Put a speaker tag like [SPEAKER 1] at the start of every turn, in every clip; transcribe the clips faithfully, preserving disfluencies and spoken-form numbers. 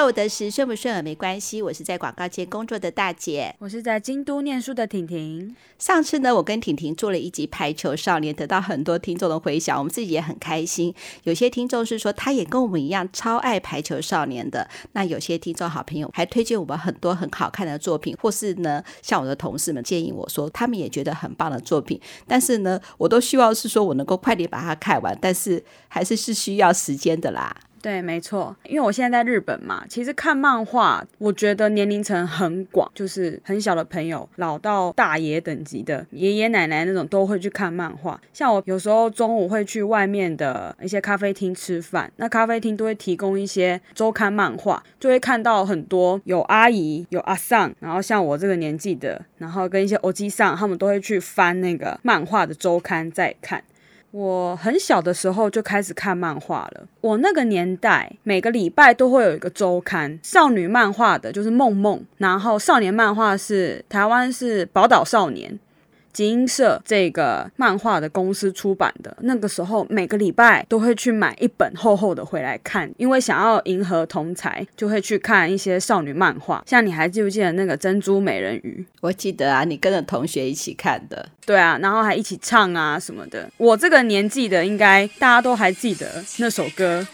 [SPEAKER 1] 我的时顺不顺耳没关系，我是在广告界工作的大姐，
[SPEAKER 2] 我是在京都念书的婷婷。
[SPEAKER 1] 上次呢，我跟婷婷做了一集排球少年，得到很多听众的回响，我们自己也很开心。有些听众是说他也跟我们一样超爱排球少年的，那有些听众好朋友还推荐我们很多很好看的作品，或是呢像我的同事们建议我说他们也觉得很棒的作品，但是呢我都希望是说我能够快点把它看完，但是还是是需要时间的啦。
[SPEAKER 2] 对，没错，因为我现在在日本嘛，其实看漫画我觉得年龄层很广，就是很小的朋友老到大爷等级的爷爷奶奶那种都会去看漫画。像我有时候中午会去外面的一些咖啡厅吃饭，那咖啡厅都会提供一些周刊漫画，就会看到很多有阿姨有阿桑，然后像我这个年纪的，然后跟一些欧吉桑，他们都会去翻那个漫画的周刊再看。我很小的时候就开始看漫画了，我那个年代每个礼拜都会有一个周刊，少女漫画的就是梦梦，然后少年漫画是台湾是宝岛少年，集英社这个漫画的公司出版的，那个时候每个礼拜都会去买一本厚厚的回来看，因为想要迎合同侪，就会去看一些少女漫画。像你还记不记得那个珍珠美人鱼？
[SPEAKER 1] 我记得啊，你跟着同学一起看的。
[SPEAKER 2] 对啊，然后还一起唱啊什么的。我这个年纪的应该大家都还记得那首歌，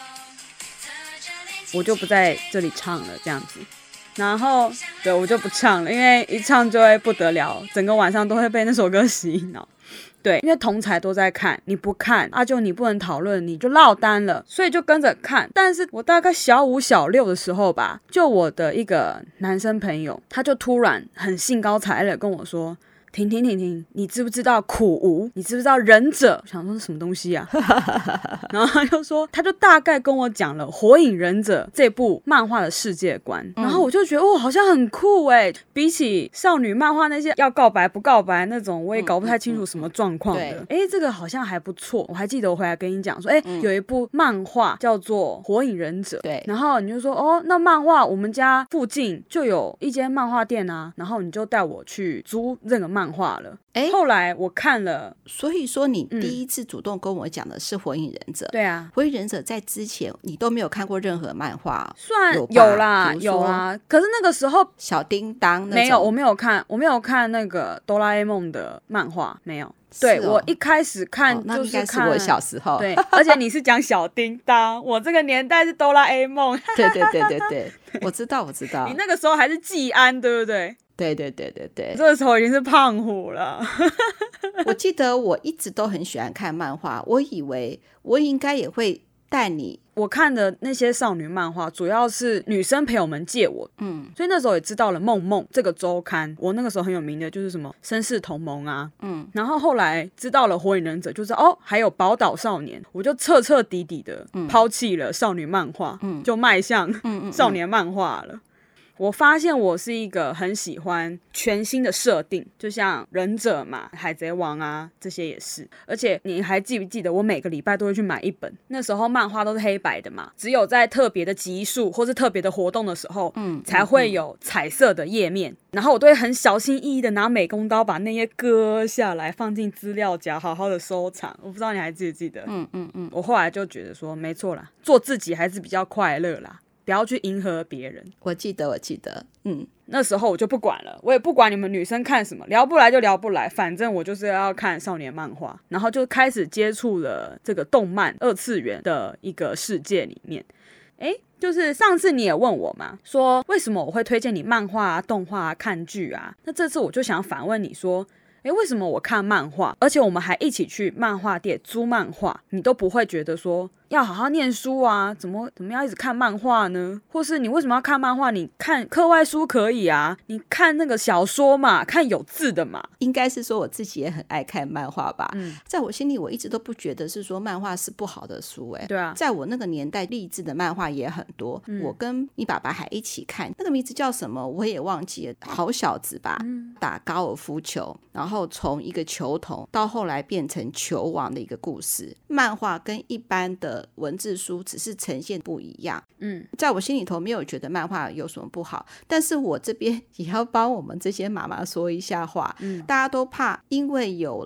[SPEAKER 2] 我就不在这里唱了这样子。然后对，我就不唱了，因为一唱就会不得了，整个晚上都会被那首歌洗脑。对，因为同侪都在看，你不看啊，就你不能讨论，你就落单了，所以就跟着看。但是我大概小五小六的时候吧，就我的一个男生朋友，他就突然很兴高采烈的跟我说，婷婷婷婷，你知不知道苦无？你知不知道忍者？我想说是什么东西啊？然后他就说，他就大概跟我讲了《火影忍者》这部漫画的世界观，然后我就觉得哦，好像很酷哎。比起少女漫画那些要告白不告白那种，我也搞不太清楚什么状况的。哎、嗯，这个好像还不错。我还记得我回来跟你讲说，哎、嗯，有一部漫画叫做《火影忍者》，
[SPEAKER 1] 对，
[SPEAKER 2] 然后你就说哦，那漫画我们家附近就有一间漫画店啊，然后你就带我去租这个漫画了。哎，后来我看了，
[SPEAKER 1] 所以说你第一次主动跟我讲的是火影忍者、嗯、
[SPEAKER 2] 对啊，
[SPEAKER 1] 火影忍者在之前你都没有看过任何漫画？
[SPEAKER 2] 算 有, 有啦有啦，可是那个时候
[SPEAKER 1] 小叮当那种
[SPEAKER 2] 没有，我没有看我没有看那个哆啦 A 梦的漫画，没有。对、哦、我一开始看就是看、哦、
[SPEAKER 1] 那应该是我小时候，
[SPEAKER 2] 对，而且你是讲小叮当，我这个年代是哆啦 A 梦。
[SPEAKER 1] 对对对对对，我知道我知道，
[SPEAKER 2] 你那个时候还是技安对不对？
[SPEAKER 1] 对对对对对，
[SPEAKER 2] 这个时候已经是胖虎了。
[SPEAKER 1] 我记得我一直都很喜欢看漫画，我以为我应该也会带你。
[SPEAKER 2] 我看的那些少女漫画主要是女生朋友们借我，嗯，所以那时候也知道了梦梦这个周刊。我那个时候很有名的就是什么绅士同盟啊，嗯，然后后来知道了火影忍者，就是哦还有宝岛少年，我就彻彻底底的抛弃了少女漫画，嗯，就迈向少年漫画了。我发现我是一个很喜欢全新的设定，就像忍者嘛，海贼王啊，这些也是。而且你还记不记得我每个礼拜都会去买一本，那时候漫画都是黑白的嘛，只有在特别的集数或是特别的活动的时候，嗯，才会有彩色的页面，然后我都会很小心翼翼的拿美工刀把那页割下来放进资料夹，好好的收藏。我不知道你还记不记得？嗯嗯嗯，我后来就觉得说没错啦，做自己还是比较快乐啦，不要去迎合别人。
[SPEAKER 1] 我记得我记得嗯，
[SPEAKER 2] 那时候我就不管了，我也不管你们女生看什么，聊不来就聊不来，反正我就是要看少年漫画，然后就开始接触了这个动漫二次元的一个世界里面。诶，就是上次你也问我嘛，说为什么我会推荐你漫画啊、动画啊、看剧啊，那这次我就想反问你说，诶，为什么我看漫画，而且我们还一起去漫画店租漫画，你都不会觉得说要好好念书啊，怎么怎么要一直看漫画呢？或是你为什么要看漫画？你看课外书可以啊，你看那个小说嘛，看有字的嘛。
[SPEAKER 1] 应该是说我自己也很爱看漫画吧、嗯、在我心里我一直都不觉得是说漫画是不好的书、欸、
[SPEAKER 2] 对啊，
[SPEAKER 1] 在我那个年代励志的漫画也很多、嗯、我跟你爸爸还一起看，那个名字叫什么我也忘记了，好小子吧、嗯、打高尔夫球，然后从一个球童到后来变成球王的一个故事。漫画跟一般的文字书只是呈现不一样，嗯，在我心里头没有觉得漫画有什么不好，但是我这边也要帮我们这些妈妈说一下话，嗯，大家都怕因为有了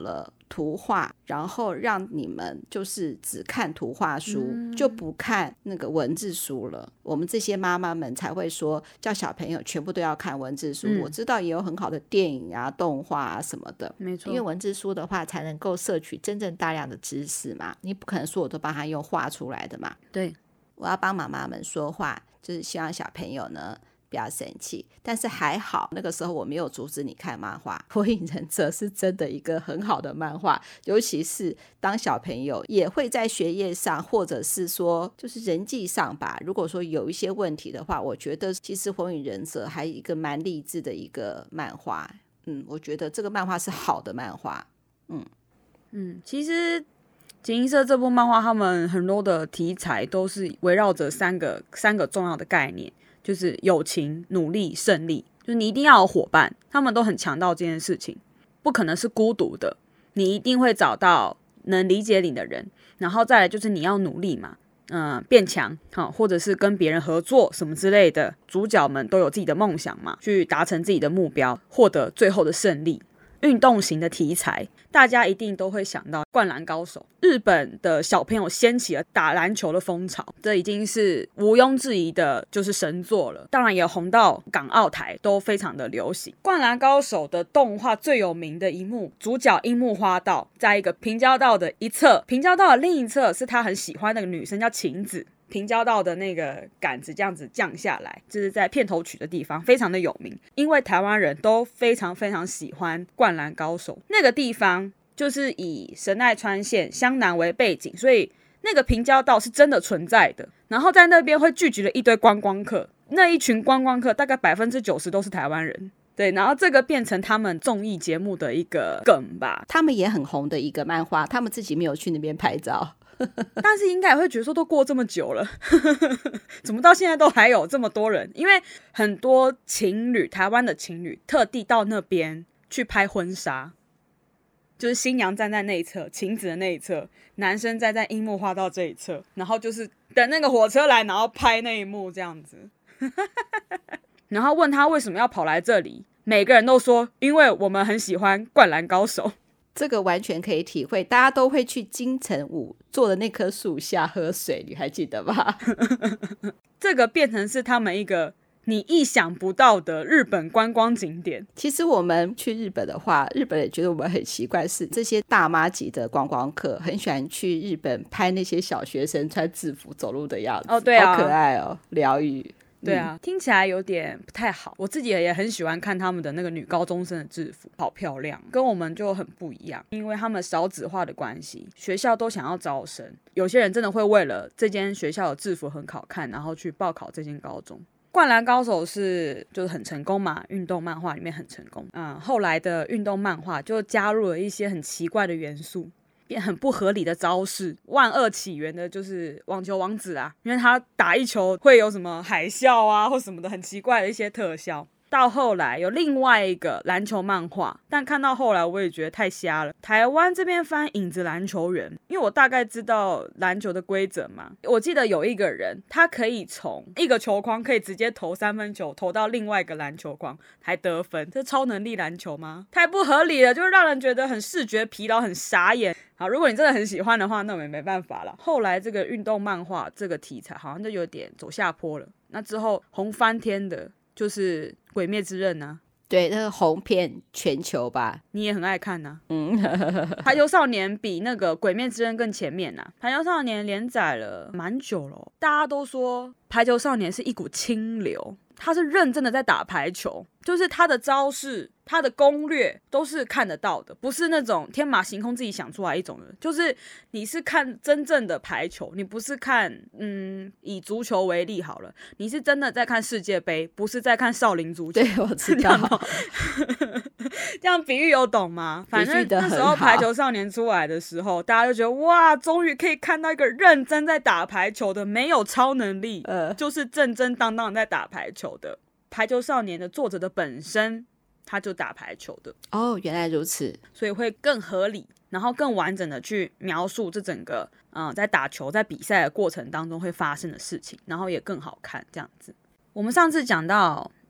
[SPEAKER 1] 图画，然后让你们就是只看图画书、嗯、就不看那个文字书了。我们这些妈妈们才会说叫小朋友全部都要看文字书、嗯、我知道也有很好的电影啊动画啊什么的，
[SPEAKER 2] 没错，
[SPEAKER 1] 因为文字书的话才能够摄取真正大量的知识嘛，你不可能说我都帮他用画出来的嘛。
[SPEAKER 2] 对，
[SPEAKER 1] 我要帮妈妈们说话，就是希望小朋友呢不要生气，但是还好那个时候我没有阻止你看漫画。火影忍者是真的一个很好的漫画，尤其是当小朋友也会在学业上或者是说就是人际上吧，如果说有一些问题的话，我觉得其实火影忍者还有一个蛮励志的一个漫画。嗯，我觉得这个漫画是好的漫画。嗯
[SPEAKER 2] 嗯，其实集英社这部漫画他们很多的题材都是围绕着三个三个重要的概念，就是友情、努力、胜利，就是你一定要有伙伴，他们都很强调这件事情，不可能是孤独的，你一定会找到能理解你的人，然后再来就是你要努力嘛，嗯、呃，变强、哦、或者是跟别人合作什么之类的，主角们都有自己的梦想嘛，去达成自己的目标，获得最后的胜利。运动型的题材，大家一定都会想到灌篮高手，日本的小朋友掀起了打篮球的风潮，这已经是毋庸置疑的就是神作了，当然也红到港澳台都非常的流行。灌篮高手的动画最有名的一幕，主角樱木花道在一个平交道的一侧，平交道的另一侧是他很喜欢那个女生叫晴子，平交道的那个杆子这样子降下来，就是在片头曲的地方非常的有名，因为台湾人都非常非常喜欢灌篮高手。那个地方就是以神奈川县湘南为背景，所以那个平交道是真的存在的，然后在那边会聚集了一堆观光客，那一群观光客大概 百分之九十 都是台湾人。对，然后这个变成他们综艺节目的一个梗吧，
[SPEAKER 1] 他们也很红的一个漫画，他们自己没有去那边拍照
[SPEAKER 2] 但是应该也会觉得说都过这么久了怎么到现在都还有这么多人，因为很多情侣，台湾的情侣特地到那边去拍婚纱，就是新娘站在那一侧，晴子的那一侧，男生站在樱木花道这一侧，然后就是等那个火车来然后拍那一幕这样子然后问他为什么要跑来这里，每个人都说因为我们很喜欢灌篮高手。
[SPEAKER 1] 这个完全可以体会，大家都会去金城武坐的那棵树下喝水，你还记得吧
[SPEAKER 2] 这个变成是他们一个你意想不到的日本观光景点。
[SPEAKER 1] 其实我们去日本的话，日本人觉得我们很奇怪，是这些大妈级的观光客很喜欢去日本拍那些小学生穿制服走路的样子。
[SPEAKER 2] 哦，对啊，
[SPEAKER 1] 好可爱哦，疗愈。
[SPEAKER 2] 对啊、嗯、听起来有点不太好，我自己也很喜欢看他们的那个女高中生的制服，好漂亮，跟我们就很不一样，因为他们少子化的关系，学校都想要招生，有些人真的会为了这间学校的制服很好看然后去报考这间高中。灌篮高手是就是很成功嘛，运动漫画里面很成功，嗯，后来的运动漫画就加入了一些很奇怪的元素，变很不合理的招式，万恶起源的就是网球王子啊，因为他打一球会有什么海啸啊或什么的很奇怪的一些特效。到后来有另外一个篮球漫画，但看到后来我也觉得太瞎了，台湾这边翻影子篮球员，因为我大概知道篮球的规则嘛，我记得有一个人他可以从一个球框可以直接投三分球投到另外一个篮球框还得分，这超能力篮球吗？太不合理了，就是让人觉得很视觉疲劳，很傻眼。好，如果你真的很喜欢的话，那我们也没办法了。后来这个运动漫画这个题材好像就有点走下坡了，那之后红翻天的就是鬼灭之刃啊，
[SPEAKER 1] 对，那个红遍全球吧，
[SPEAKER 2] 你也很爱看啊。嗯，排球少年比那个鬼灭之刃更前面啊，排球少年连载了蛮久了、哦、大家都说排球少年是一股清流，他是认真的在打排球，就是他的招式他的攻略都是看得到的，不是那种天马行空自己想出来一种人，就是你是看真正的排球，你不是看嗯，以足球为例好了，你是真的在看世界杯，不是在看少林足球。
[SPEAKER 1] 对，我知道
[SPEAKER 2] 这样比喻有懂吗？反正那时候排球少年出来的时候，大家就觉得哇，终于可以看到一个认真在打排球的，没有超能力、呃、就是正正当当在打排球的。排球少年的作者的本身他就打排球的
[SPEAKER 1] 哦，原来如此，
[SPEAKER 2] 所以会更合理，然后更完整的去描述这整个嗯、在打球在比赛的过程当中会发生的事情，然后也更好看这样子。我们上次讲到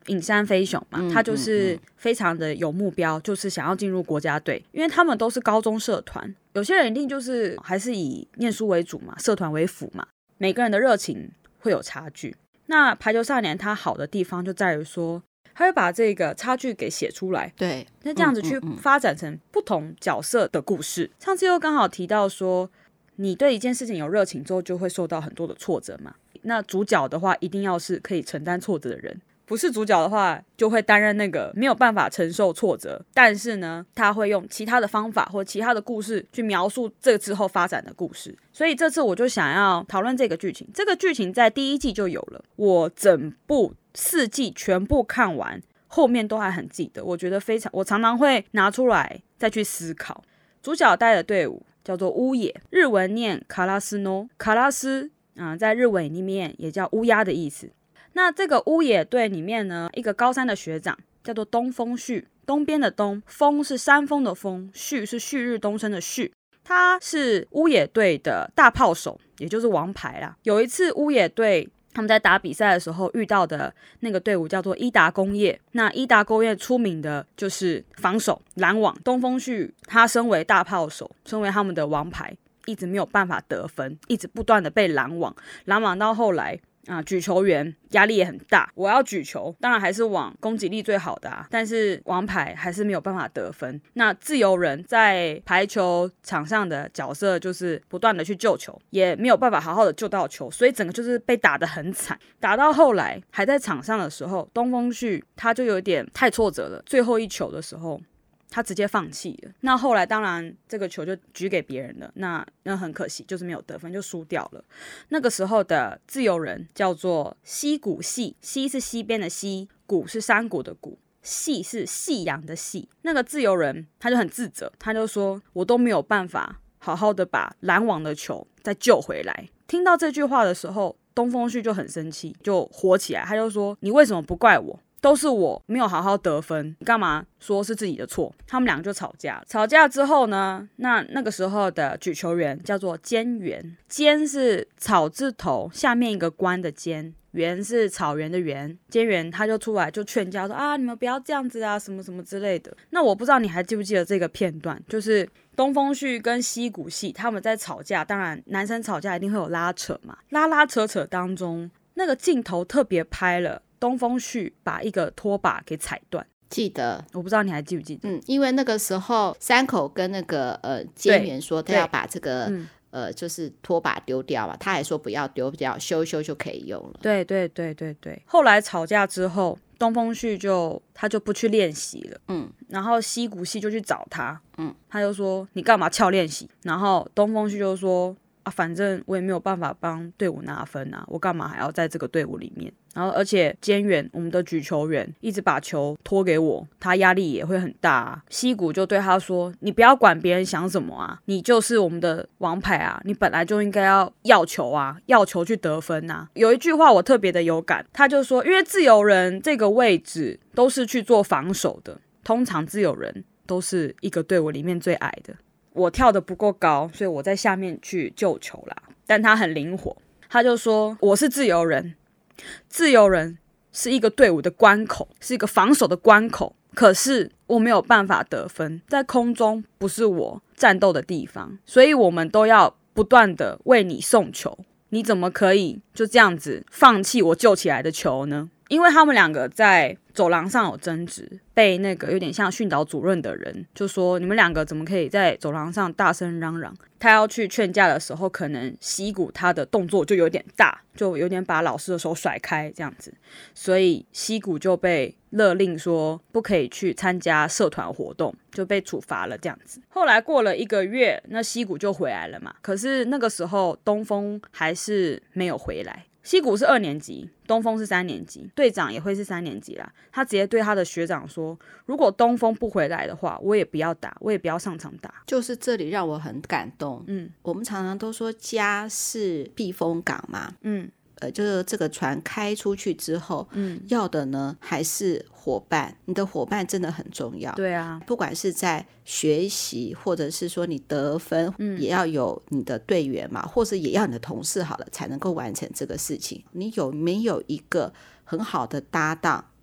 [SPEAKER 2] 影山飞雄嘛，
[SPEAKER 1] 嗯
[SPEAKER 2] 他就是非常的有目标，就是想要进入国家队，因为他们都是高中社团，有些人一定就是还是以念书为主嘛，社团为辅嘛，每个人的热情会有差距。那排球少年他好的地方就在于说，他会把这个差距给写出来，
[SPEAKER 1] 对，
[SPEAKER 2] 那这样子去发展成不同角色的故事。嗯嗯嗯上次又刚好提到说，你对一件事情有热情之后，就会受到很多的挫折嘛。那主角的话，一定要是可以承担挫折的人。不是主角的话，就会担任那个没有办法承受挫折，但是呢，他会用其他的方法或其他的故事去描述这之后发展的故事。所以这次我就想要讨论这个剧情。这个剧情在第一季就有了，我整部四季全部看完，后面都还很记得。我觉得非常，我常常会拿出来再去思考。主角带的队伍叫做乌野，日文念卡拉斯诺，卡拉斯啊、呃，在日文里面也叫乌鸦的意思。那这个乌野队里面呢，一个高三的学长叫做东风旭，东边的东，风是山峰的风，旭是旭日东升的旭。他是乌野队的大炮手，也就是王牌啦。有一次乌野队他们在打比赛的时候遇到的那个队伍叫做伊达工业，那伊达工业出名的就是防守拦网，东风旭他身为大炮手，身为他们的王牌，一直没有办法得分，一直不断的被拦网，拦网到后来啊，举球员压力也很大，我要举球，当然还是往攻击力最好的啊，但是王牌还是没有办法得分。那自由人在排球场上的角色就是不断的去救球，也没有办法好好的救到球，所以整个就是被打得很惨。打到后来还在场上的时候，东风旭他就有点太挫折了，最后一球的时候他直接放弃了。那后来当然这个球就举给别人了，那那很可惜，就是没有得分，就输掉了。那个时候的自由人叫做西谷系，西是西边的西，谷是山谷的谷，系是夕阳的系。那个自由人他就很自责，他就说我都没有办法好好的把拦网的球再救回来。听到这句话的时候，东风旭就很生气，就火起来，他就说你为什么不怪我，都是我没有好好得分，你干嘛说是自己的错？他们两个就吵架，吵架之后呢，那那个时候的举球员叫做菅原，菅是草字头下面一个官的菅，原是草原的原，菅原他就出来就劝架说啊，你们不要这样子啊，什么什么之类的。那我不知道你还记不记得这个片段，就是东风旭跟西谷系他们在吵架，当然男生吵架一定会有拉扯嘛，拉拉扯扯当中，那个镜头特别拍了东风旭把一个拖把给踩断，
[SPEAKER 1] 记得，
[SPEAKER 2] 我不知道你还记不记得？
[SPEAKER 1] 嗯，因为那个时候山口跟那个呃菅原说他要把这个呃就是拖把丢掉嘛，他还说不要丢掉，修一修就可以用了。
[SPEAKER 2] 对对对对对。后来吵架之后，东风旭就他就不去练习了，嗯，然后西谷系就去找他，嗯，他就说你干嘛翘练习？然后东风旭就说啊，反正我也没有办法帮队伍拿分啊，我干嘛还要在这个队伍里面？然后而且菅原我们的举球员一直把球拖给我，他压力也会很大啊。西谷就对他说，你不要管别人想什么啊，你就是我们的王牌啊，你本来就应该要要球啊，要球去得分啊。有一句话我特别的有感，他就说因为自由人这个位置都是去做防守的，通常自由人都是一个队伍里面最矮的，我跳得不够高，所以我在下面去救球啦，但他很灵活，他就说我是自由人，自由人是一个队伍的关口，是一个防守的关口，可是我没有办法得分，在空中不是我战斗的地方，所以我们都要不断的为你送球，你怎么可以就这样子放弃我救起来的球呢？因为他们两个在走廊上有争执，被那个有点像训导主任的人就说你们两个怎么可以在走廊上大声嚷嚷。他要去劝架的时候，可能西谷他的动作就有点大，就有点把老师的手甩开这样子，所以西谷就被勒令说不可以去参加社团活动，就被处罚了这样子。后来过了一个月，那西谷就回来了嘛，可是那个时候东风还是没有回来。西谷是二年级，东风是三年级，队长也会是三年级啦。他直接对他的学长说，如果东风不回来的话，我也不要打，我也不要上场打。
[SPEAKER 1] 就是这里让我很感动。嗯，我们常常都说家是避风港嘛，嗯，呃，就是这个船开出去之后，嗯，要的呢还是伙伴，你的伙伴真的很重要。
[SPEAKER 2] 对啊，
[SPEAKER 1] 不管是在学习，或者是说你得分，嗯，也要有你的队员嘛，或者也要你的同事好了，才能够完成这个事情。你有没有一个很好的搭档，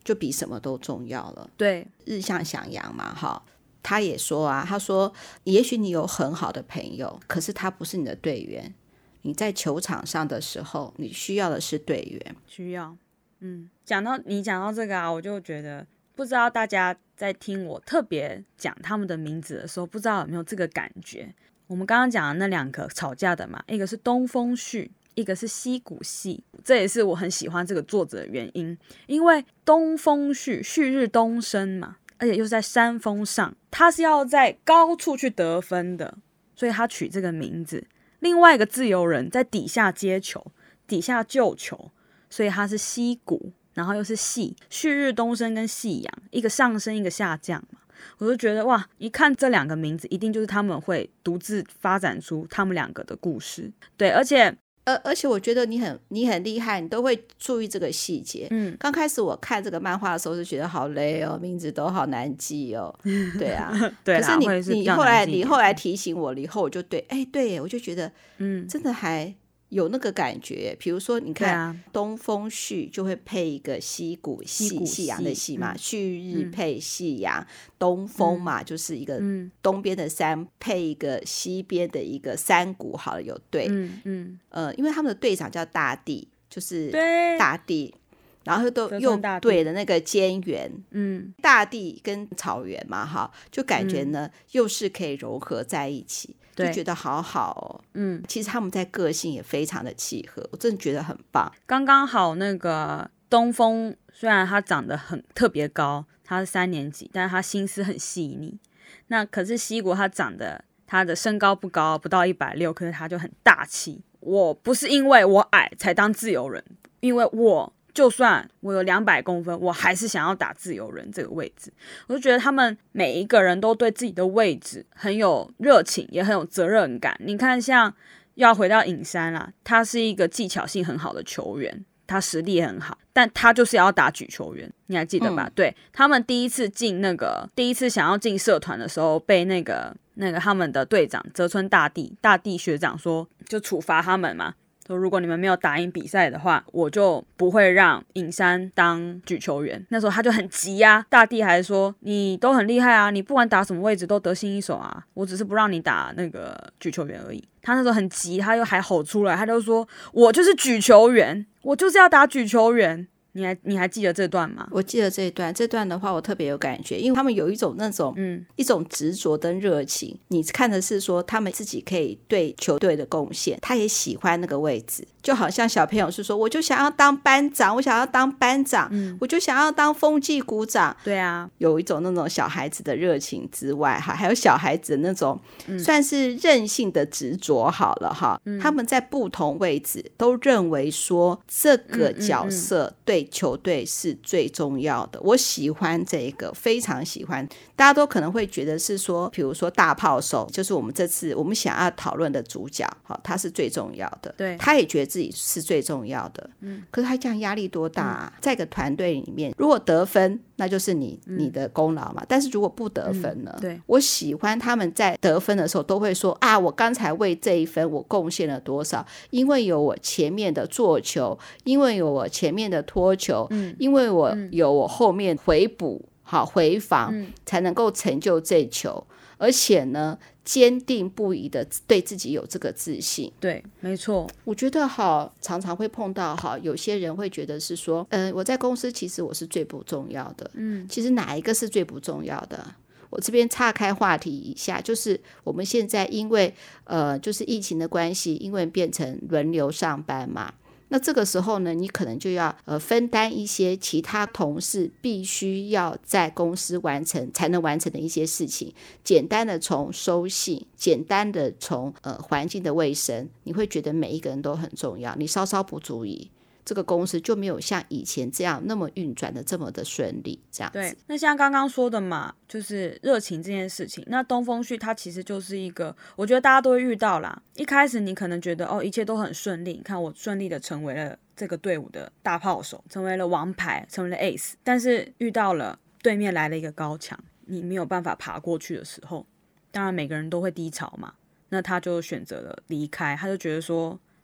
[SPEAKER 1] 就比什么都重要了。
[SPEAKER 2] 对，
[SPEAKER 1] 日向翔阳嘛，哈，他也说啊，他说也许你有很好的朋友，可是他不是你的队员。你在球场上的时候，你需要的是队员。
[SPEAKER 2] 需要。嗯，讲到你讲到这个啊，我就觉得不知道大家在听我特别讲他们的名字的时候，不知道有没有这个感觉。我们刚刚讲的那两个吵架的嘛，一个是东风旭，一个是西谷系，这也是我很喜欢这个作者的原因。因为东风旭，旭日东升嘛，而且又是在山峰上，他是要在高处去得分的，所以他取这个名字。另外一个自由人在底下接球，底下救球，所以他是西谷，然后又是系，旭日东升跟夕阳，一个上升一个下降嘛。我就觉得哇，一看这两个名字，一定就是他们会独自发展出他们两个的故事。对，而且
[SPEAKER 1] 而而且我觉得你很你很厉害，你都会注意这个细节。
[SPEAKER 2] 嗯，
[SPEAKER 1] 刚开始我看这个漫画的时候是觉得好累哦，名字都好难记哦。对啊，
[SPEAKER 2] 对
[SPEAKER 1] 可是你
[SPEAKER 2] 是
[SPEAKER 1] 你后来你后来提醒我了以后，我就对，哎，对，我就觉得，
[SPEAKER 2] 嗯，
[SPEAKER 1] 真的还有那个感觉。比如说，你看、
[SPEAKER 2] 啊、
[SPEAKER 1] 东风旭就会配一个西谷夕夕阳的夕嘛，旭、嗯、日配夕阳、嗯，东风嘛、嗯、就是一个东边的山配一个西边的一个山谷，好了，有对，
[SPEAKER 2] 嗯嗯，
[SPEAKER 1] 呃，因为他们的队长叫大地，就是大地。然后都又对的那个尖源，嗯，大地跟草原嘛，哈，就感觉呢、嗯、又是可以融合在一起，就觉得好好哦。嗯，其实他们在个性也非常的契合，我真的觉得很棒。
[SPEAKER 2] 刚刚好，那个东风虽然他长得很特别高，他是三年级，但是他心思很细腻。那可是西谷他长得他的身高不高，不到一百六，可是他就很大气。我不是因为我矮才当自由人，因为我。就算我有两百公分，我还是想要打自由人这个位置。我就觉得他们每一个人都对自己的位置很有热情，也很有责任感。你看，像要回到影山啦，他是一个技巧性很好的球员，他实力也很好，但他就是要打举球员，你还记得吧？嗯、对，他们第一次进那个第一次想要进社团的时候，被那个那个他们的队长泽村大地大地学长说，就处罚他们嘛。说如果你们没有打赢比赛的话，我就不会让影山当举球员。那时候他就很急啊，大地还说你都很厉害啊，你不管打什么位置都得心应手啊，我只是不让你打那个举球员而已。他那时候很急，他又还吼出来，他就说我就是举球员，我就是要打举球员。你还你还记得这段吗？
[SPEAKER 1] 我记得这一段，这段的话我特别有感觉，因为他们有一种那种嗯一种执着跟热情。你看的是说他们自己可以对球队的贡献，他也喜欢那个位置，就好像小朋友是说我就想要当班长，我想要当班长、嗯、我就想要当风纪股长。
[SPEAKER 2] 对啊，
[SPEAKER 1] 有一种那种小孩子的热情之外哈，还有小孩子的那种、嗯、算是任性的执着好了哈、嗯、他们在不同位置都认为说这个角色对球队是最重要的、嗯嗯嗯、我喜欢这个，非常喜欢。大家都可能会觉得是说比如说大炮手就是我们这次我们想要讨论的主角，好，他是最重要的，
[SPEAKER 2] 对，
[SPEAKER 1] 他也觉得自己是最重要的、嗯、可是他这样压力多大啊、嗯、在一个团队里面如果得分那就是你、嗯、你的功劳嘛，但是如果不得分呢、
[SPEAKER 2] 嗯、对，
[SPEAKER 1] 我喜欢他们在得分的时候都会说啊，我刚才为这一分我贡献了多少，因为有我前面的做球，因为有我前面的拖球、嗯、因为我有我后面回补好回防、嗯、才能够成就这球，而且呢坚定不移的对自己有这个自信。
[SPEAKER 2] 对，没错。
[SPEAKER 1] 我觉得好常常会碰到好有些人会觉得是说呃，我在公司其实我是最不重要的。嗯，其实哪一个是最不重要的？我这边岔开话题一下，就是我们现在因为呃，就是疫情的关系，因为变成轮流上班嘛，那这个时候呢，你可能就要呃分担一些其他同事必须要在公司完成才能完成的一些事情，简单的从收信，简单的从呃环境的卫生，你会觉得每一个人都很重要，你稍稍不注意，这个公司就没有像以前这样那么运转的这么的顺利，这样子。
[SPEAKER 2] 对，那像刚刚说的嘛，就是热情这件事情，那东风旭它其实就是一个我觉得大家都会遇到啦，一开始你可能觉得哦一切都很顺利，你看我顺利的成为了这个队伍的大炮手，成为了王牌，成为了 ace， 但是遇到了对面来了一个高墙，你没有办法爬过去的时候，当然每个人都会低潮嘛，那他就选择了离开，他就觉得说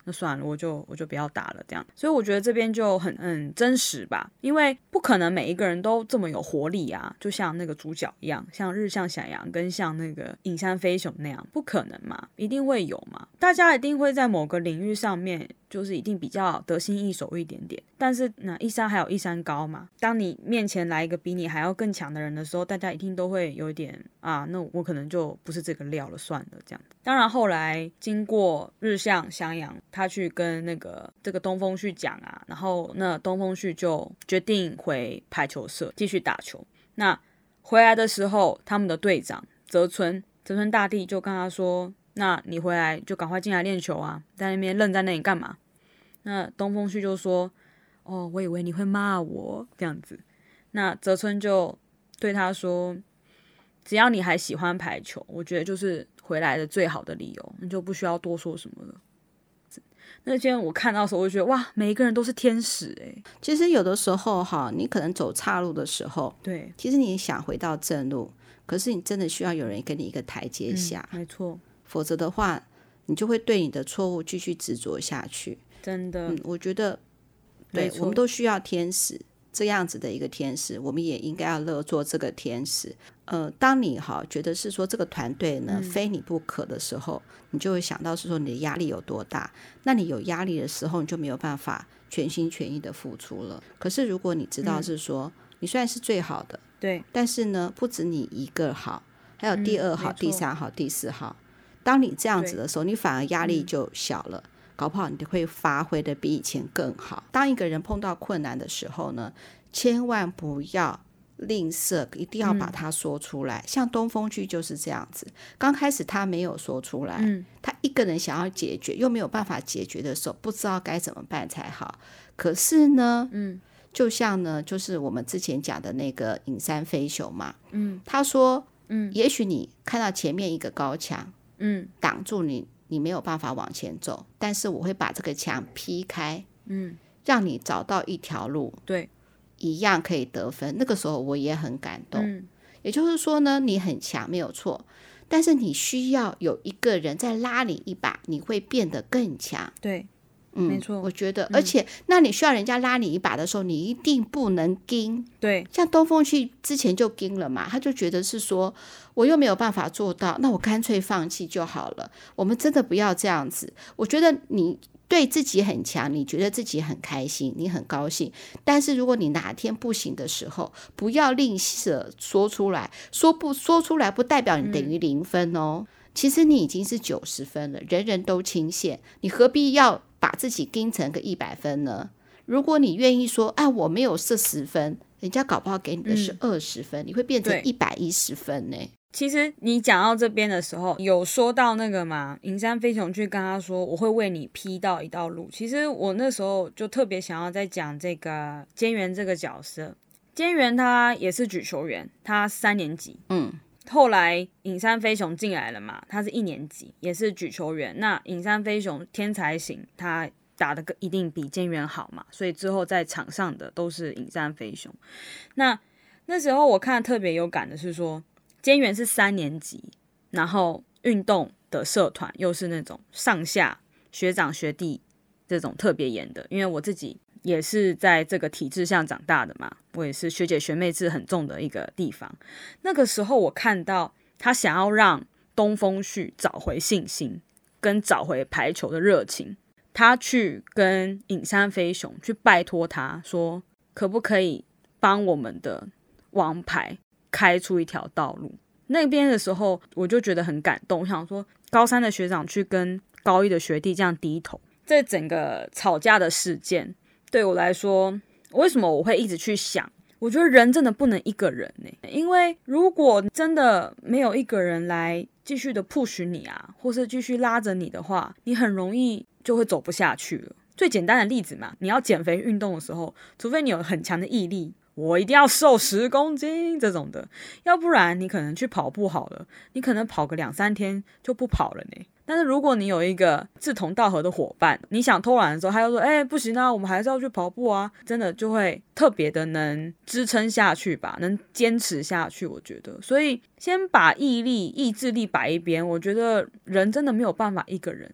[SPEAKER 2] 那算了，我就我就不要打了这样。所以我觉得这边就很很真实吧，因为不可能每一个人都这么有活力啊，就像那个主角一样，像日向小阳跟像那个影山飞雄那样，不可能嘛，一定会有嘛，大家一定会在某个领域上面就是一定比较得心应手一点点，但是那一山还有一山高嘛，当你面前来一个比你还要更强的人的时候，大家一定都会有一点啊，那我可能就不是这个料了，算了这样。当然后来经过日向翔阳他去跟那个这个东风旭讲啊，然后那东风旭就决定回排球社继续打球。那回来的时候，他们的队长泽村泽村大帝就跟他说，那你回来就赶快进来练球啊，在那边愣在那里干嘛？那东风旭就说，哦，我以为你会骂我这样子。那泽村就对他说，只要你还喜欢排球，我觉得就是回来的最好的理由，你就不需要多说什么了。那天我看到的时候，我就觉得哇，每一个人都是天使哎、欸。
[SPEAKER 1] 其实有的时候哈，你可能走岔路的时候，
[SPEAKER 2] 对，
[SPEAKER 1] 其实你想回到正路，可是你真的需要有人给你一个台阶下，
[SPEAKER 2] 嗯、没错，
[SPEAKER 1] 否则的话，你就会对你的错误继续执着下去。
[SPEAKER 2] 真的，
[SPEAKER 1] 嗯，我觉得，对，我们都需要天使这样子的一个天使，我们也应该要乐做这个天使。呃，当你哈觉得是说这个团队呢、嗯、非你不可的时候，你就会想到是说你的压力有多大。那你有压力的时候，你就没有办法全心全意的付出了。可是如果你知道是说、嗯、你虽然是最好的，
[SPEAKER 2] 对，
[SPEAKER 1] 但是呢，不止你一个好，还有第二好、嗯、第三好、第四好。当你这样子的时候，你反而压力就小了。嗯，搞不好你会发挥的比以前更好。当一个人碰到困难的时候呢，千万不要吝啬，一定要把它说出来、嗯、像东风旭就是这样子，刚开始他没有说出来、嗯、他一个人想要解决又没有办法解决的时候，不知道该怎么办才好。可是呢、嗯、就像呢就是我们之前讲的那个影山飞雄嘛、嗯、他说、嗯、也许你看到前面一个高墙、嗯、挡住你，你没有办法往前走，但是我会把这个墙劈开、嗯、让你找到一条路，
[SPEAKER 2] 对，
[SPEAKER 1] 一样可以得分。那个时候我也很感动、嗯、也就是说呢，你很强没有错，但是你需要有一个人再拉你一把，你会变得更强。
[SPEAKER 2] 对，
[SPEAKER 1] 嗯，
[SPEAKER 2] 没错，
[SPEAKER 1] 我觉得、嗯、而且那你需要人家拉你一把的时候，你一定不能盯。
[SPEAKER 2] 对，
[SPEAKER 1] 像东风旭之前就盯了嘛，他就觉得是说我又没有办法做到，那我干脆放弃就好了。我们真的不要这样子。我觉得你对自己很强，你觉得自己很开心，你很高兴，但是如果你哪天不行的时候，不要吝啬说出来，说不说出来不代表你等于零分哦、嗯、其实你已经是九十分了，人人都倾羡，你何必要把自己盯成个一百分呢？如果你愿意说啊，我没有这十分，人家搞不好给你的是二十分、嗯、你会变成一百一十分呢。
[SPEAKER 2] 其实你讲到这边的时候，有说到那个嘛，影山飞雄去跟他说我会为你劈到一道路。其实我那时候就特别想要再讲这个菅原这个角色。菅原他也是举球员，他三年级，嗯，后来影山飞雄进来了嘛，他是一年级，也是举球员。那影山飞雄天才型，他打的一定比菅原好嘛，所以之后在场上的都是影山飞雄。那那时候我看特别有感的是说，菅原是三年级，然后运动的社团又是那种上下学长学弟这种特别严的，因为我自己也是在这个体制下长大的嘛，我也是学姐学妹制很重的一个地方。那个时候我看到他想要让东风旭找回信心跟找回排球的热情，他去跟影山飞雄去拜托他说，可不可以帮我们的王牌开出一条道路。那边的时候我就觉得很感动，我想说高三的学长去跟高一的学弟这样低头，这整个吵架的事件对我来说，为什么我会一直去想，我觉得人真的不能一个人欸，因为如果真的没有一个人来继续的 push 你啊，或是继续拉着你的话，你很容易就会走不下去了。最简单的例子嘛，你要减肥运动的时候，除非你有很强的毅力，我一定要瘦十公斤这种的，要不然你可能去跑步好了，你可能跑个两三天就不跑了呢。但是如果你有一个志同道合的伙伴，你想偷懒的时候，他就说哎、欸，不行啊，我们还是要去跑步啊，真的就会特别的能支撑下去吧，能坚持下去。我觉得所以先把毅力意志力摆一边，我觉得人真的没有办法一个人呢。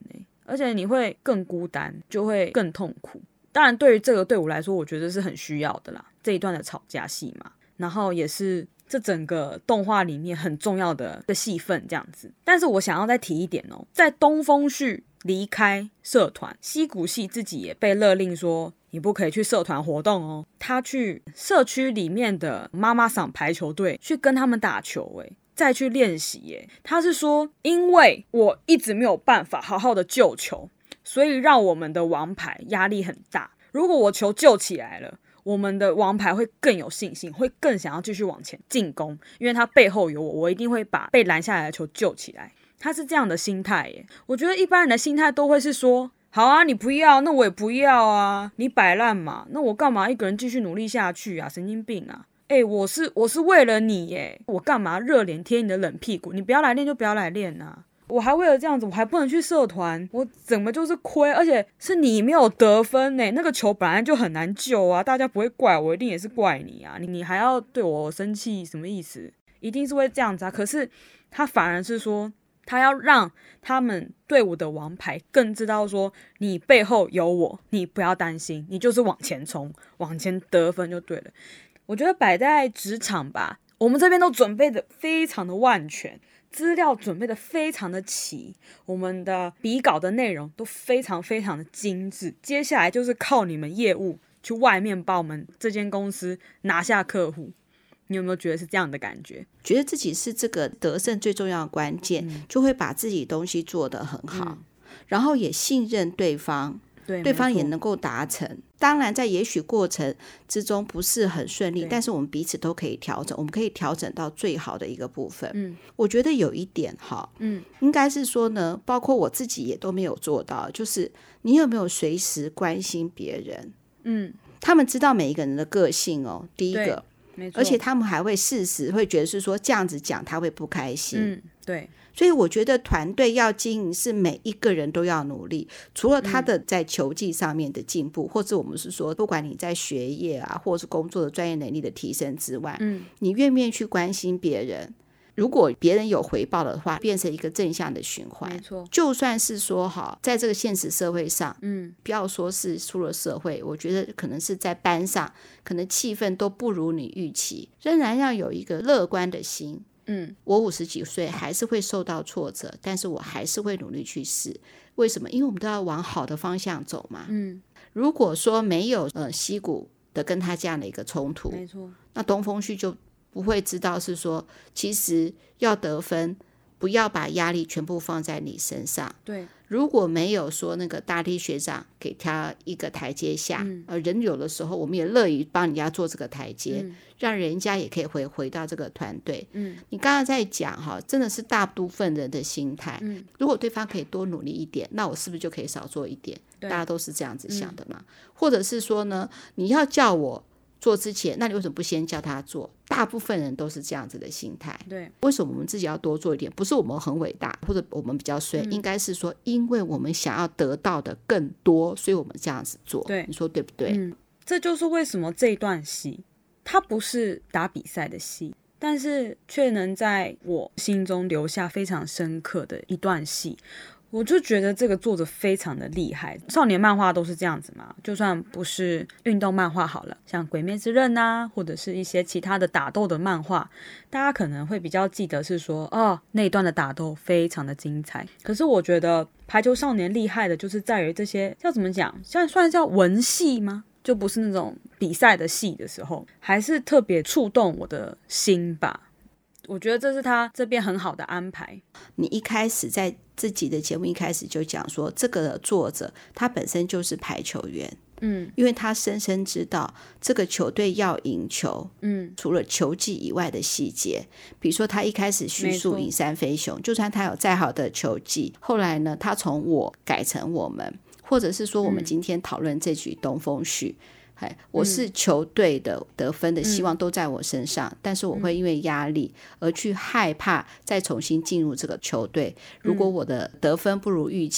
[SPEAKER 2] 而且你会更孤单，就会更痛苦。当然对于这个队伍来说，我觉得是很需要的啦，这一段的吵架戏嘛，然后也是这整个动画里面很重要的的戏份这样子。但是我想要再提一点哦，在东风旭离开社团，西谷系自己也被勒令说你不可以去社团活动哦，他去社区里面的妈妈桑排球队去跟他们打球诶，再去练习耶。他是说因为我一直没有办法好好的救球，所以让我们的王牌压力很大，如果我球救起来了，我们的王牌会更有信心，会更想要继续往前进攻，因为他背后有我，我一定会把被拦下来的球救起来。他是这样的心态耶。我觉得一般人的心态都会是说，好啊，你不要，那我也不要啊，你摆烂嘛，那我干嘛一个人继续努力下去啊？神经病啊！哎、欸，我是我是为了你耶，我干嘛热脸贴你的冷屁股？你不要来练就不要来练啊！我还为了这样子，我还不能去社团，我怎么就是亏？而且是你没有得分呢，那个球本来就很难救啊，大家不会怪我，一定也是怪你啊！你你还要对我生气，什么意思？一定是会这样子啊！可是他反而是说，他要让他们队伍的王牌更知道说，你背后有我，你不要担心，你就是往前冲，往前得分就对了。我觉得摆在职场吧，我们这边都准备的非常的万全。资料准备的非常的齐，我们的笔稿的内容都非常非常的精致，接下来就是靠你们业务去外面帮我们这间公司拿下客户。你有没有觉得是这样的感觉？
[SPEAKER 1] 觉得自己是这个得胜最重要的关键、嗯、就会把自己东西做得很好、嗯、然后也信任对方，
[SPEAKER 2] 对，
[SPEAKER 1] 对方也能够达成。当然在也许过程之中不是很顺利，但是我们彼此都可以调整，我们可以调整到最好的一个部分。嗯，我觉得有一点哈，嗯，应该是说呢，包括我自己也都没有做到，就是你有没有随时关心别人？嗯，他们知道每一个人的个性哦，第一个，而且他们还会适时会觉得是说这样子讲他会不开心。嗯，
[SPEAKER 2] 对。
[SPEAKER 1] 所以我觉得团队要经营是每一个人都要努力，除了他的在球技上面的进步、嗯、或者我们是说不管你在学业啊或是工作的专业能力的提升之外、嗯、你愿不愿意去关心别人，如果别人有回报的话变成一个正向的循环。
[SPEAKER 2] 没错，
[SPEAKER 1] 就算是说好在这个现实社会上、嗯、不要说是出了社会，我觉得可能是在班上可能气氛都不如你预期，仍然要有一个乐观的心。嗯，我五十几岁还是会受到挫折，但是我还是会努力去试。为什么？因为我们都要往好的方向走嘛。嗯，如果说没有呃西谷的跟他这样的一个冲突，
[SPEAKER 2] 没错，
[SPEAKER 1] 那东风旭就不会知道是说，其实要得分，不要把压力全部放在你身上。
[SPEAKER 2] 对，
[SPEAKER 1] 如果没有说那个大力学长给他一个台阶下、嗯呃、人有的时候我们也乐于帮人家做这个台阶、嗯、让人家也可以回回到这个团队、嗯、你刚刚在讲哈，真的是大部分人的心态、嗯、如果对方可以多努力一点，那我是不是就可以少做一点？大家都是这样子想的嘛、嗯、或者是说呢，你要叫我做之前，那你为什么不先叫他做？大部分人都是这样子的心态。
[SPEAKER 2] 对，
[SPEAKER 1] 为什么我们自己要多做一点？不是我们很伟大或者我们比较衰、嗯、应该是说因为我们想要得到的更多，所以我们这样子做。
[SPEAKER 2] 对，
[SPEAKER 1] 你说对不对？
[SPEAKER 2] 嗯，这就是为什么这一段戏它不是打比赛的戏，但是却能在我心中留下非常深刻的一段戏。我就觉得这个作者非常的厉害，少年漫画都是这样子嘛，就算不是运动漫画好了，像鬼灭之刃啊，或者是一些其他的打斗的漫画，大家可能会比较记得是说哦，那一段的打斗非常的精彩。可是我觉得排球少年厉害的就是在于这些要怎么讲，像算叫文戏吗？就不是那种比赛的戏的时候，还是特别触动我的心吧。我觉得这是他这边很好的安排。
[SPEAKER 1] 你一开始在自己的节目一开始就讲说，这个作者他本身就是排球员，嗯，因为他深深知道这个球队要赢球，嗯，除了球技以外的细节，比如说他一开始叙述影山飞雄，就算他有再好的球技，后来呢，他从我改成我们，或者是说我们今天讨论这局东风旭。我是球队的得分的希望都在我身上、嗯、但是我会因为压力而去害怕再重新进入这个球队、嗯、如果我的得分不如预期，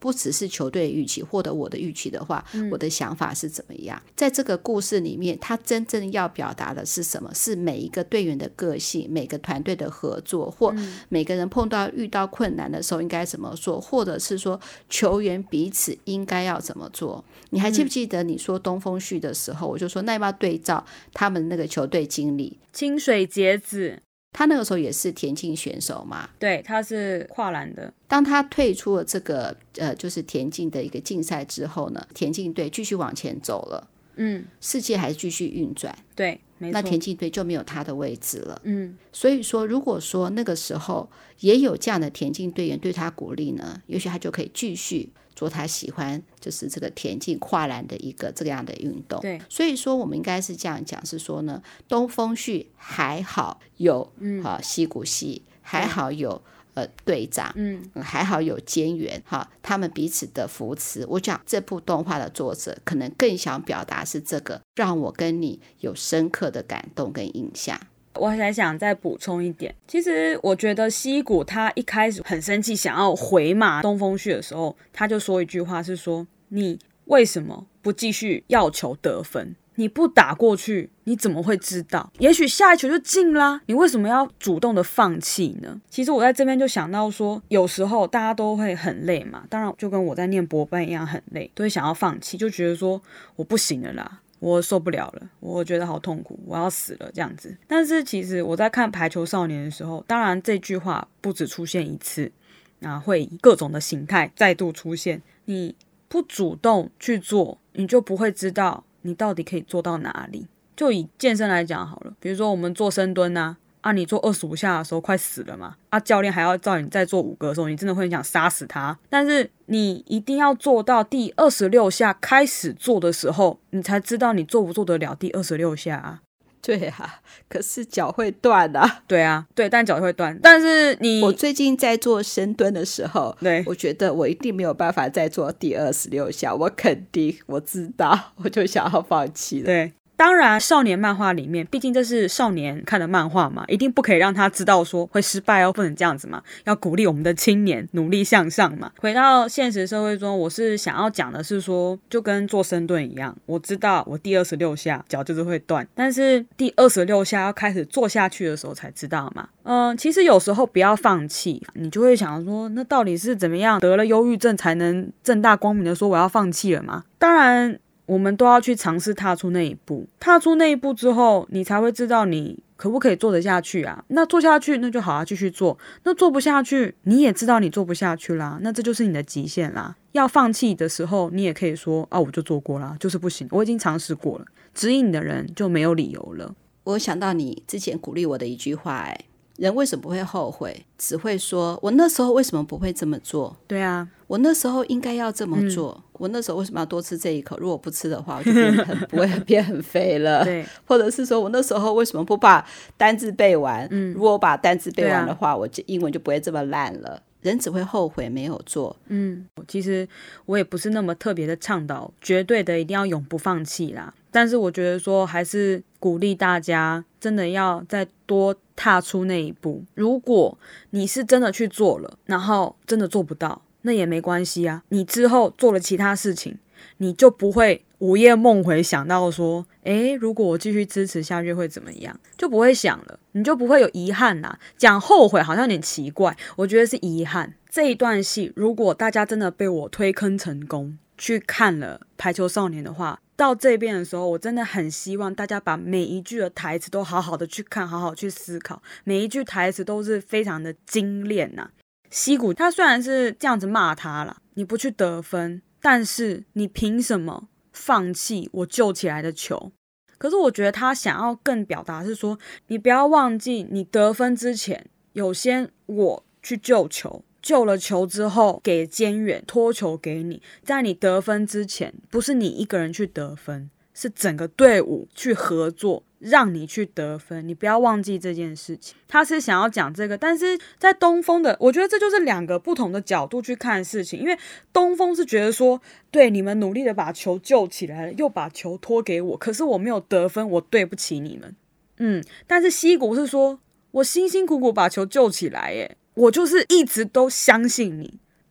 [SPEAKER 1] 不只是球队预期，或者我的预期的话、嗯、我的想法是怎么样。在这个故事里面，他真正要表达的是什么？是每一个队员的个性，每个团队的合作，或每个人碰到遇到困难的时候应该怎么做，或者是说球员彼此应该要怎么做。你还记不记得你说东风旭的时候、嗯、我就说那要不要对照他们那个球队经理
[SPEAKER 2] 清水节子，
[SPEAKER 1] 他那个时候也是田径选手嘛，
[SPEAKER 2] 对，他是跨栏的。
[SPEAKER 1] 当他退出了这个呃，就是田径的一个竞赛之后呢，田径队继续往前走了，嗯，世界还是继续运转，
[SPEAKER 2] 对，没错，
[SPEAKER 1] 那田径队就没有他的位置了，
[SPEAKER 2] 嗯，
[SPEAKER 1] 所以说如果说那个时候也有这样的田径队员对他鼓励呢，也许他就可以继续做他喜欢就是这个田径跨栏的一个这样的运动。
[SPEAKER 2] 对，
[SPEAKER 1] 所以说我们应该是这样讲，是说呢，东风旭还好有、嗯啊、西谷系，还好有呃队长，嗯，还好有监员，哈，他们彼此的扶持。我讲这部动画的作者可能更想表达是这个，让我跟你有深刻的感动跟印象。
[SPEAKER 2] 我还想再补充一点，其实我觉得西谷他一开始很生气想要回骂东风旭的时候，他就说一句话是说，你为什么不继续要求得分？你不打过去你怎么会知道也许下一球就进啦，你为什么要主动的放弃呢？其实我在这边就想到说，有时候大家都会很累嘛，当然就跟我在念博班一样很累，都会想要放弃，就觉得说我不行了啦，我受不了了，我觉得好痛苦，我要死了这样子。但是其实我在看排球少年的时候，当然这句话不只出现一次，那会以各种的形态再度出现，你不主动去做，你就不会知道你到底可以做到哪里。就以健身来讲好了，比如说我们做深蹲啊，啊你做二十五下的时候快死了嘛，啊教练还要叫你再做五个的时候，你真的会想杀死他。但是你一定要做到第二十六下开始做的时候，你才知道你做不做得了第二十六下啊。
[SPEAKER 1] 对啊，可是脚会断啊。
[SPEAKER 2] 对啊，对，但脚会断。但是你
[SPEAKER 1] 我最近在做深蹲的时候，
[SPEAKER 2] 对，
[SPEAKER 1] 我觉得我一定没有办法再做第二十六下，我肯定我知道，我就想要放弃了。
[SPEAKER 2] 对，当然少年漫画里面，毕竟这是少年看的漫画嘛，一定不可以让他知道说会失败哦，不能这样子嘛，要鼓励我们的青年努力向上嘛。回到现实社会中，我是想要讲的是说，就跟做深蹲一样，我知道我第二十六下脚就是会断，但是第二十六下要开始做下去的时候才知道嘛。嗯，其实有时候不要放弃，你就会想说，那到底是怎么样得了忧郁症才能正大光明的说我要放弃了吗？当然我们都要去尝试踏出那一步，踏出那一步之后，你才会知道你可不可以做得下去啊。那做下去那就好啊，继续做。那做不下去，你也知道你做不下去啦，那这就是你的极限啦。要放弃的时候，你也可以说啊，我就做过啦，就是不行，我已经尝试过了。指引你的人就没有理由了。
[SPEAKER 1] 我想到你之前鼓励我的一句话，哎，人为什么不会后悔？只会说我那时候为什么不会这么做？
[SPEAKER 2] 对啊，
[SPEAKER 1] 我那时候应该要这么做、嗯、我那时候为什么要多吃这一口？如果不吃的话，我就变很不会变很肥了。
[SPEAKER 2] 对，
[SPEAKER 1] 或者是说我那时候为什么不把单字背完？嗯，如果我把单字背完的话、啊、我英文就不会这么烂了。人只会后悔没有做。
[SPEAKER 2] 嗯，其实我也不是那么特别的倡导绝对的一定要永不放弃啦，但是我觉得说还是鼓励大家真的要再多踏出那一步。如果你是真的去做了，然后真的做不到，那也没关系啊，你之后做了其他事情，你就不会午夜梦回想到说，诶，如果我继续支持下去会怎么样，就不会想了，你就不会有遗憾啦。讲后悔好像有点奇怪，我觉得是遗憾。这一段戏如果大家真的被我推坑成功去看了排球少年的话，到这边的时候我真的很希望大家把每一句的台词都好好的去看，好好去思考，每一句台词都是非常的精炼啊。西谷他虽然是这样子骂他啦，你不去得分，但是你凭什么放弃我救起来的球？可是我觉得他想要更表达是说，你不要忘记你得分之前有先我去救球，救了球之后给监远托球给你，在你得分之前不是你一个人去得分，是整个队伍去合作让你去得分，你不要忘记这件事情。他是想要讲这个，但是在东风的，我觉得这就是两个不同的角度去看事情。因为东风是觉得说，对，你们努力的把球救起来了，又把球托给我，可是我没有得分，我对不起你们。嗯，但是西谷是说，我辛辛苦苦把球救起来耶，我就是一直都相信你，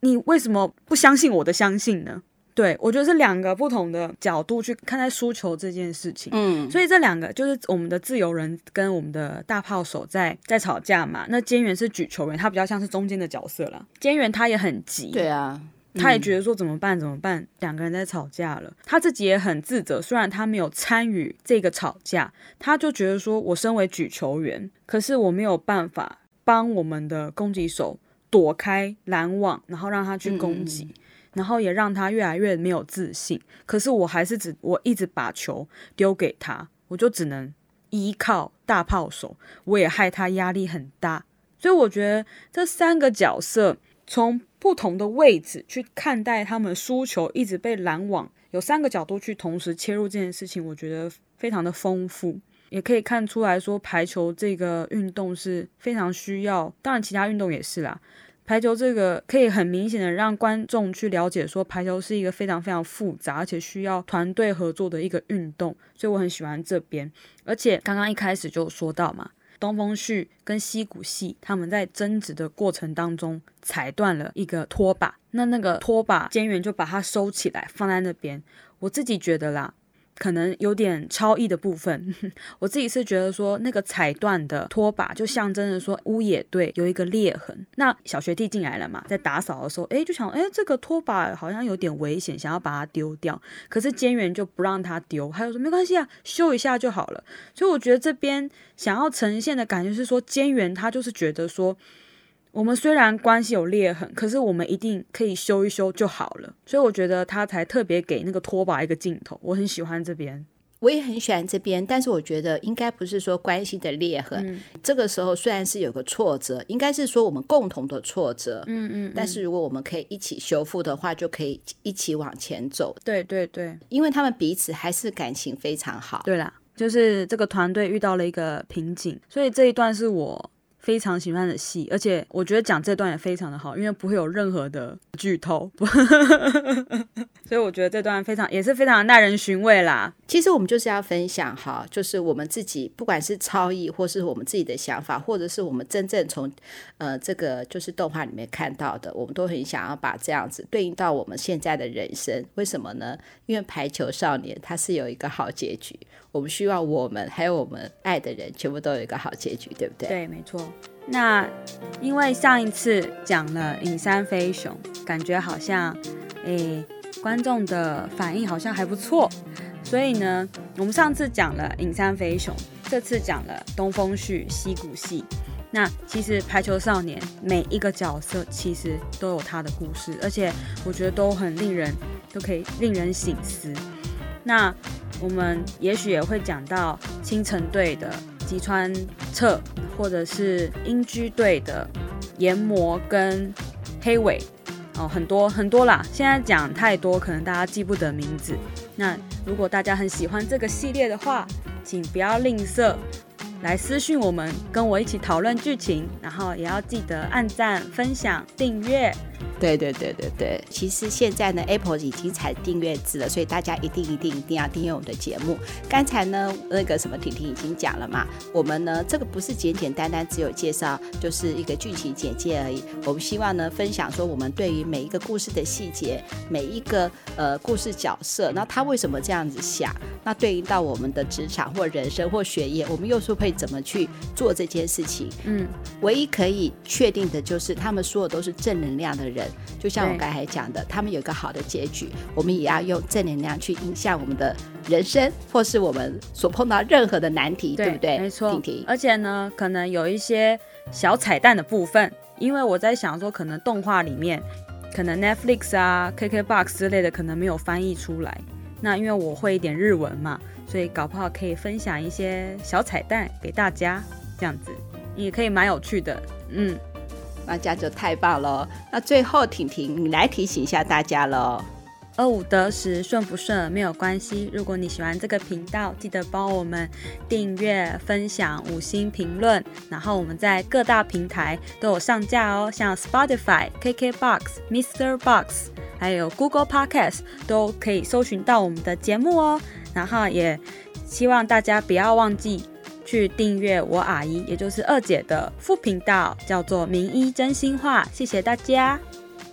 [SPEAKER 2] 你为什么不相信我的相信呢？对，我觉得是两个不同的角度去看待输球这件事情。嗯，所以这两个就是我们的自由人跟我们的大炮手在在吵架嘛。那菅原是举球员，他比较像是中间的角色啦。菅原他也很急，
[SPEAKER 1] 对啊，
[SPEAKER 2] 他也觉得说怎么办怎么办，两个人在吵架了，他自己也很自责。虽然他没有参与这个吵架，他就觉得说我身为举球员，可是我没有办法帮我们的攻击手躲开拦网，然后让他去攻击。嗯，然后也让他越来越没有自信，可是我还是只我一直把球丢给他，我就只能依靠大炮手，我也害他压力很大。所以我觉得这三个角色从不同的位置去看待他们输球一直被拦网，有三个角度去同时切入这件事情，我觉得非常的丰富。也可以看出来说排球这个运动是非常需要，当然其他运动也是啦，排球这个可以很明显的让观众去了解说排球是一个非常非常复杂而且需要团队合作的一个运动，所以我很喜欢这边。而且刚刚一开始就说到嘛，东风旭跟西谷系他们在争执的过程当中踩断了一个拖把，那那个拖把菅原就把它收起来放在那边。我自己觉得啦，可能有点超意的部分我自己是觉得说那个踩断的拖把就象征着说乌野队有一个裂痕。那小学弟进来了嘛，在打扫的时候诶就想诶这个拖把好像有点危险，想要把它丢掉，可是菅原就不让他丢，他就说没关系啊，修一下就好了。所以我觉得这边想要呈现的感觉是说菅原他就是觉得说我们虽然关系有裂痕，可是我们一定可以修一修就好了，所以我觉得他才特别给那个拖把一个镜头，我很喜欢这边。
[SPEAKER 1] 我也很喜欢这边，但是我觉得应该不是说关系的裂痕、嗯、这个时候虽然是有个挫折，应该是说我们共同的挫折，嗯 嗯, 嗯但是如果我们可以一起修复的话，就可以一起往前走。
[SPEAKER 2] 对对对，
[SPEAKER 1] 因为他们彼此还是感情非常好。
[SPEAKER 2] 对啦，就是这个团队遇到了一个瓶颈，所以这一段是我非常喜欢的戏，而且我觉得讲这段也非常的好，因为不会有任何的剧透所以我觉得这段非常也是非常耐人寻味啦。
[SPEAKER 1] 其实我们就是要分享哈，就是我们自己不管是超译或是我们自己的想法，或者是我们真正从呃这个就是动画里面看到的，我们都很想要把这样子对应到我们现在的人生。为什么呢？因为排球少年它是有一个好结局，我们希望我们还有我们爱的人全部都有一个好结局，对不对？
[SPEAKER 2] 对，没错。那因为上一次讲了影山飞雄，感觉好像诶观众的反应好像还不错，所以呢我们上次讲了影山飞雄，这次讲了东风旭西谷系。那其实排球少年每一个角色其实都有他的故事，而且我觉得都很令人都可以令人省思。那我们也许也会讲到青城队的吉川彻，或者是英居队的研磨跟黑尾、哦、很多很多啦，现在讲太多可能大家记不得名字。那如果大家很喜欢这个系列的话，请不要吝啬来私讯我们，跟我一起讨论剧情，然后也要记得按赞、分享、订阅。
[SPEAKER 1] 对对对对对，其实现在呢 Apple 已经采订阅制了，所以大家一定一定一定要订阅我们的节目。刚才呢那个什么婷婷已经讲了嘛，我们呢这个不是简简单单只有介绍就是一个剧情简介而已，我们希望呢分享说我们对于每一个故事的细节，每一个呃故事角色，那他为什么这样子想，那对应到我们的职场或人生或学业，我们又是会怎么去做这件事情。嗯，唯一可以确定的就是他们说的都是正能量的人，就像我刚才讲的，他们有一个好的结局，我们也要用正能量去影响我们的人生，或是我们所碰到任何的难题， 对, 对不对？
[SPEAKER 2] 没错。
[SPEAKER 1] 婷婷，
[SPEAKER 2] 而且呢可能有一些小彩蛋的部分，因为我在想说可能动画里面可能 Netflix 啊 K K B O X 之类的可能没有翻译出来，那因为我会一点日文嘛，所以搞不好可以分享一些小彩蛋给大家，这样子也可以蛮有趣的。嗯，
[SPEAKER 1] 那这样就太棒了。那最后婷婷你来提醒一下大家咯。
[SPEAKER 2] 二五得十，顺不顺没有关系，如果你喜欢这个频道，记得帮我们订阅、分享、五星评论，然后我们在各大平台都有上架哦，像 Spotify、K K B O X、Mister Box 还有 Google Podcast 都可以搜寻到我们的节目哦。然后也希望大家不要忘记去订阅我阿姨也就是二姐的副频道，叫做名医真心话。谢谢大家。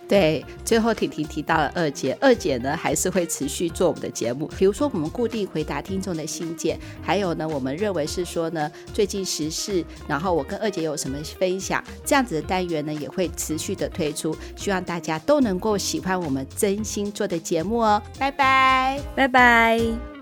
[SPEAKER 1] 对，最后婷婷提到了二姐，二姐呢还是会持续做我们的节目，比如说我们固定回答听众的信件，还有呢我们认为是说呢最近时事，然后我跟二姐有什么分享，这样子的单元呢也会持续的推出，希望大家都能够喜欢我们真心做的节目哦。拜拜，
[SPEAKER 2] 拜拜。